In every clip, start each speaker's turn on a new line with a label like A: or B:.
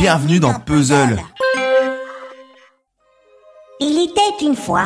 A: Bienvenue dans Puzzle.
B: Il était une fois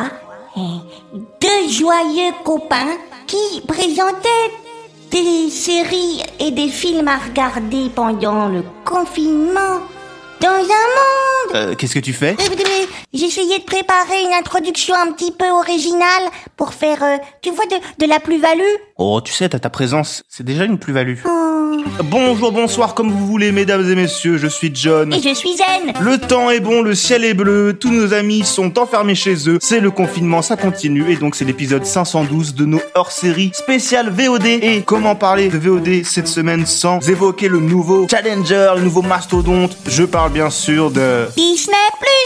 B: deux joyeux copains qui présentaient des séries et des films à regarder pendant le confinement dans un monde.
A: Qu'est-ce que tu fais?
B: J'essayais de préparer une introduction un petit peu originale pour faire, tu vois, de la plus-value.
A: Oh, tu sais, ta présence, c'est déjà une plus-value.
B: Oh.
A: Bonjour, bonsoir, comme vous voulez, mesdames et messieurs, je suis John.
B: Et je suis Zen.
A: Le temps est bon, le ciel est bleu, tous nos amis sont enfermés chez eux, c'est le confinement, ça continue, et donc c'est l'épisode 512 de nos hors-séries spéciales VOD. Et comment parler de VOD cette semaine sans évoquer le nouveau Challenger, le nouveau mastodonte? Je parle bien sûr de...
B: Disney+,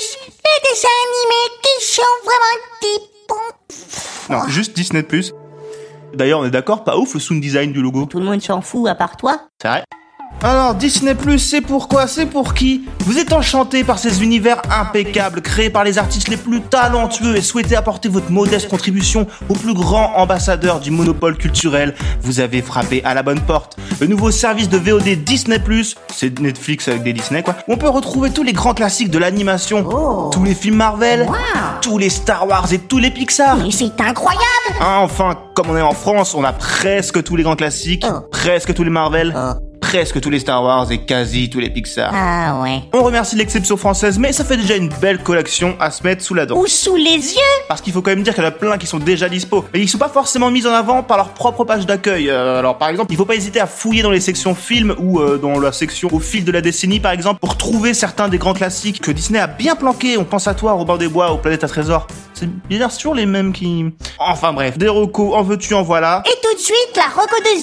B: les dessins animés qui sont vraiment des bons.
A: Non, juste Disney+. D'ailleurs, on est d'accord, pas ouf le sound design du logo.
B: Tout le monde s'en fout à part toi.
A: C'est vrai. Alors, Disney+, c'est pourquoi? C'est pour qui? Vous êtes enchanté par ces univers impeccables créés par les artistes les plus talentueux et souhaitez apporter votre modeste contribution au plus grand ambassadeur du monopole culturel. Vous avez frappé à la bonne porte. Le nouveau service de VOD Disney+, c'est Netflix avec des Disney quoi, où on peut retrouver tous les grands classiques de l'animation, tous les films Marvel, tous les Star Wars et tous les Pixar.
B: Mais c'est incroyable.
A: Enfin, comme on est en France, on a presque tous les grands classiques, presque tous les Marvel, presque tous les Star Wars et quasi tous les Pixar.
B: Ah ouais.
A: On remercie l'exception française, mais ça fait déjà une belle collection à se mettre sous la dent.
B: Ou sous les yeux.
A: Parce qu'il faut quand même dire qu'il y en a plein qui sont déjà dispo, mais ils sont pas forcément mis en avant par leur propre page d'accueil. Alors par exemple, il faut pas hésiter à fouiller dans les sections films ou dans la section au fil de la décennie par exemple, pour trouver certains des grands classiques que Disney a bien planqués. On pense à toi, Robin des Bois, aux Planètes à Trésors. C'est bizarre, c'est toujours les mêmes qui... Enfin bref, des recos, en veux-tu, en voilà.
B: Et tout de suite, la reco de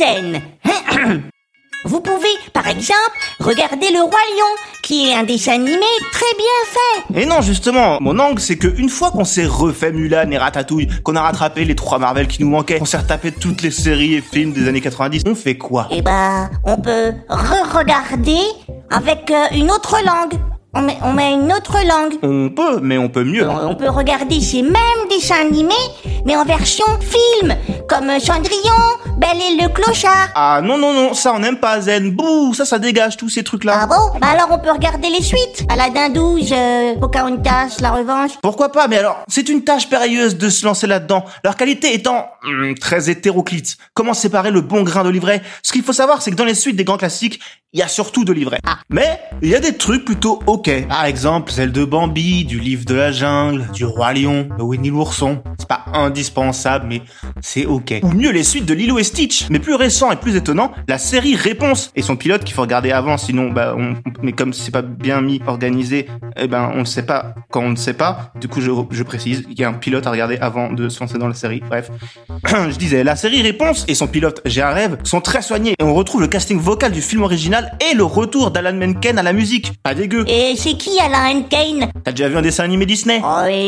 B: Zen. Vous pouvez, par exemple, regarder Le Roi Lion, qui est un dessin animé très bien fait.
A: Et non, justement, mon angle, c'est que une fois qu'on s'est refait Mulan et Ratatouille, qu'on a rattrapé les 3 Marvel qui nous manquaient, qu'on s'est retapé toutes les séries et films des années 90, on fait quoi?
B: Eh ben, on peut re-regarder avec une autre langue. On met une autre langue.
A: On peut, mais on peut mieux.
B: On peut regarder ces mêmes dessins animés, mais en version film, comme Cendrillon, Belle et le Clochard.
A: Ah non, ça on n'aime pas, Zen. Bouh, ça dégage tous ces trucs-là.
B: Ah bon? Bah alors on peut regarder les suites. Aladdin 12, Pocahontas, La Revanche.
A: Pourquoi pas, mais alors, c'est une tâche périlleuse de se lancer là-dedans, leur qualité étant très hétéroclite. Comment séparer le bon grain de l'ivraie? Ce qu'il faut savoir, c'est que dans les suites des grands classiques, il y a surtout de l'ivraie. Mais il y a des trucs plutôt ok. Par exemple, celle de Bambi, du Livre de la Jungle, du Roi Lion, de Winnie l'Ourson. C'est pas indispensable, mais c'est ok. Ou mieux, les suites de Lilo et Stitch. Mais plus récent et plus étonnant, la série Réponse et son pilote qu'il faut regarder avant, sinon, mais comme c'est pas bien mis, organisé, on ne sait pas quand on ne sait pas. Du coup, je précise, il y a un pilote à regarder avant de se lancer dans la série. Bref. Je disais, la série Réponse et son pilote J'ai un rêve sont très soignés et on retrouve le casting vocal du film original et le retour d'Alan Menken à la musique. Pas dégueu.
B: Et c'est qui Alan Menken?
A: T'as déjà vu un dessin animé Disney?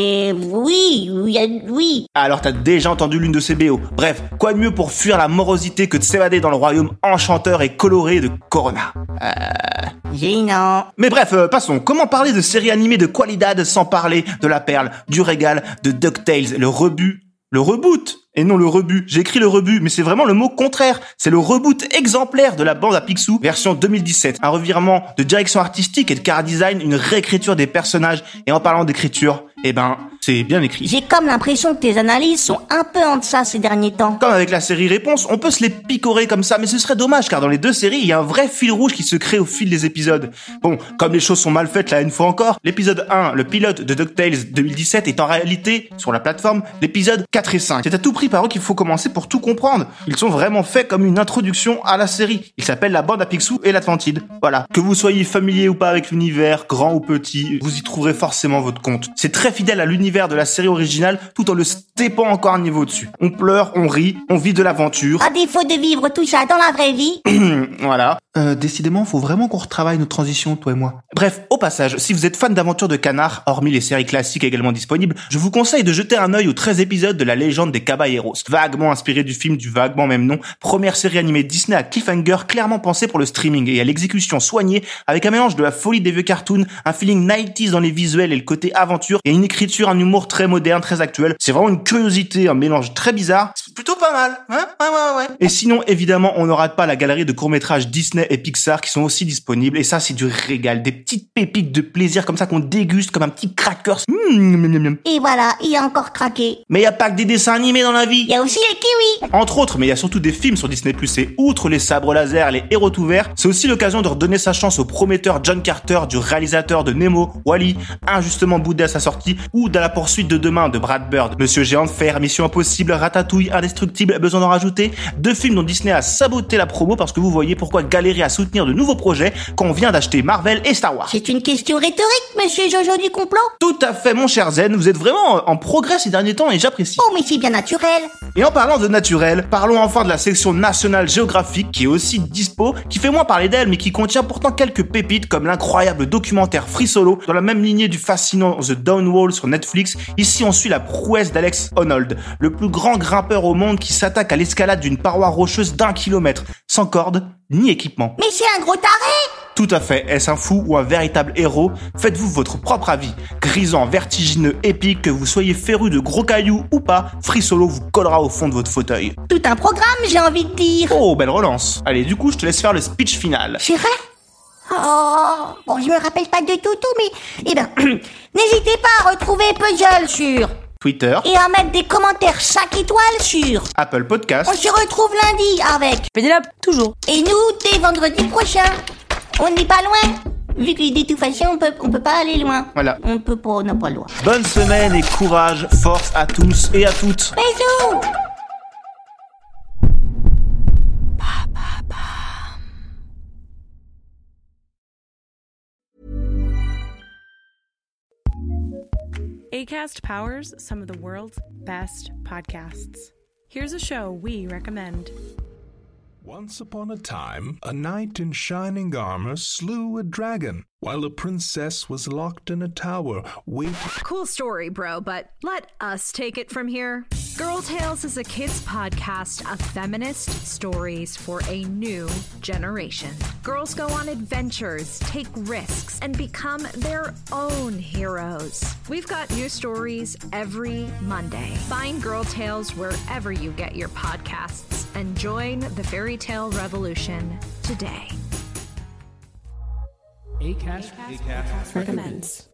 B: Oui.
A: Alors t'as déjà entendu l'une de ses BO. Bref, quoi de mieux pour fuir la morosité que de s'évader dans le royaume enchanteur et coloré de Corona?
B: Gênant.
A: Mais bref, passons. Comment parler de séries animées de qualidad sans parler de La Perle, du Régal, de DuckTales, le reboot et non le rebut. J'ai écrit le rebut, mais c'est vraiment le mot contraire. C'est le reboot exemplaire de la bande à Picsou, version 2017. Un revirement de direction artistique et de chara-design, une réécriture des personnages. Et en parlant d'écriture, c'est bien écrit.
B: J'ai comme l'impression que tes analyses sont un peu en deçà ces derniers temps.
A: Comme avec la série Réponse, on peut se les picorer comme ça, mais ce serait dommage car dans les deux séries, il y a un vrai fil rouge qui se crée au fil des épisodes. Bon, comme les choses sont mal faites là une fois encore, l'épisode 1, le pilote de DuckTales 2017 est en réalité, sur la plateforme, l'épisode 4 et 5. C'est à tout prix par eux qu'il faut commencer pour tout comprendre. Ils sont vraiment faits comme une introduction à la série. Il s'appelle La Bande à Picsou et l'Atlantide. Voilà. Que vous soyez familier ou pas avec l'univers, grand ou petit, vous y trouverez forcément votre compte. C'est très fidèle à l'univers de la série originale tout en le stépant encore un niveau dessus. On pleure, on rit, on vit de l'aventure.
B: À défaut de vivre tout ça dans la vraie vie.
A: Voilà. Décidément, faut vraiment qu'on retravaille nos transitions, toi et moi. Bref, au passage, si vous êtes fan d'aventures de canards, hormis les séries classiques également disponibles, je vous conseille de jeter un œil aux 13 épisodes de la légende des Caballeros, vaguement inspiré du film du vaguement même nom, première série animée Disney à cliffhanger clairement pensée pour le streaming et à l'exécution soignée avec un mélange de la folie des vieux cartoons, un feeling 90s dans les visuels et le côté aventure et une écriture, un humour très moderne, très actuel. C'est vraiment une curiosité, un mélange très bizarre. C'est plutôt pas mal, hein? Ouais. Et sinon, évidemment, on ne rate pas la galerie de courts-métrages Disney et Pixar qui sont aussi disponibles. Et ça, c'est du régal. Des petites pépites de plaisir comme ça qu'on déguste comme un petit cracker.
B: Et voilà, il a encore craqué.
A: Mais il y a pas que des dessins animés dans la vie.
B: Il y a aussi les kiwis.
A: Entre autres, mais il y a surtout des films sur Disney+. Et outre les sabres laser, les héros tout verts, c'est aussi l'occasion de redonner sa chance au prometteur John Carter, du réalisateur de Nemo, Wall-E, injustement boudé à sa sortie, ou dans La poursuite de demain de Brad Bird, Monsieur Géant de Fer, Mission Impossible, Ratatouille, Indestructible, besoin d'en rajouter. 2 films dont Disney a saboté la promo parce que vous voyez pourquoi galérer à soutenir de nouveaux projets quand on vient d'acheter Marvel et Star Wars.
B: C'est une question rhétorique, monsieur Jojo du complot.
A: Tout à fait, mon cher Zen, vous êtes vraiment en progrès ces derniers temps et j'apprécie.
B: Oh, mais c'est bien naturel.
A: Et en parlant de naturel, parlons enfin de la section National Geographic qui est aussi dispo, qui fait moins parler d'elle mais qui contient pourtant quelques pépites comme l'incroyable documentaire Free Solo, dans la même lignée du fascinant The Downwall sur Netflix. Ici on suit la prouesse d'Alex Honnold, le plus grand grimpeur au monde qui s'attaque à l'escalade d'une paroi rocheuse d'1 kilomètre, sans corde ni équipement.
B: Mais c'est un gros taré.
A: Tout à fait, est-ce un fou ou un véritable héros? Faites-vous votre propre avis. Grisant, vertigineux, épique, que vous soyez féru de gros cailloux ou pas, Free Solo vous collera au fond de votre fauteuil.
B: Tout un programme, j'ai envie de dire.
A: Oh, belle relance. Allez, du coup, je te laisse faire le speech final.
B: C'est vrai? Oh, bon, je me rappelle pas de tout, mais... n'hésitez pas à retrouver Puzzle sur...
A: Twitter.
B: Et à mettre des commentaires 5 étoiles sur...
A: Apple Podcast.
B: On se retrouve lundi avec...
C: Pénélope, toujours.
B: Et nous, dès vendredi prochain. On n'est pas loin. Vu que de toute façon, on peut pas aller loin.
A: Voilà.
B: On n'a pas le droit.
A: Bonne semaine et courage, force à tous et à toutes.
B: Bisous.
D: Acast powers some of the world's best podcasts. Here's a show we recommend.
E: Once upon a time, a knight in shining armor slew a dragon, while a princess was locked in a tower, waiting...
F: Cool story, bro, but let us take it from here. Girl Tales is a kids' podcast of feminist stories for a new generation. Girls go on adventures, take risks, and become their own heroes. We've got new stories every Monday. Find Girl Tales wherever you get your podcasts and join the fairy tale revolution today.
G: Acast recommends.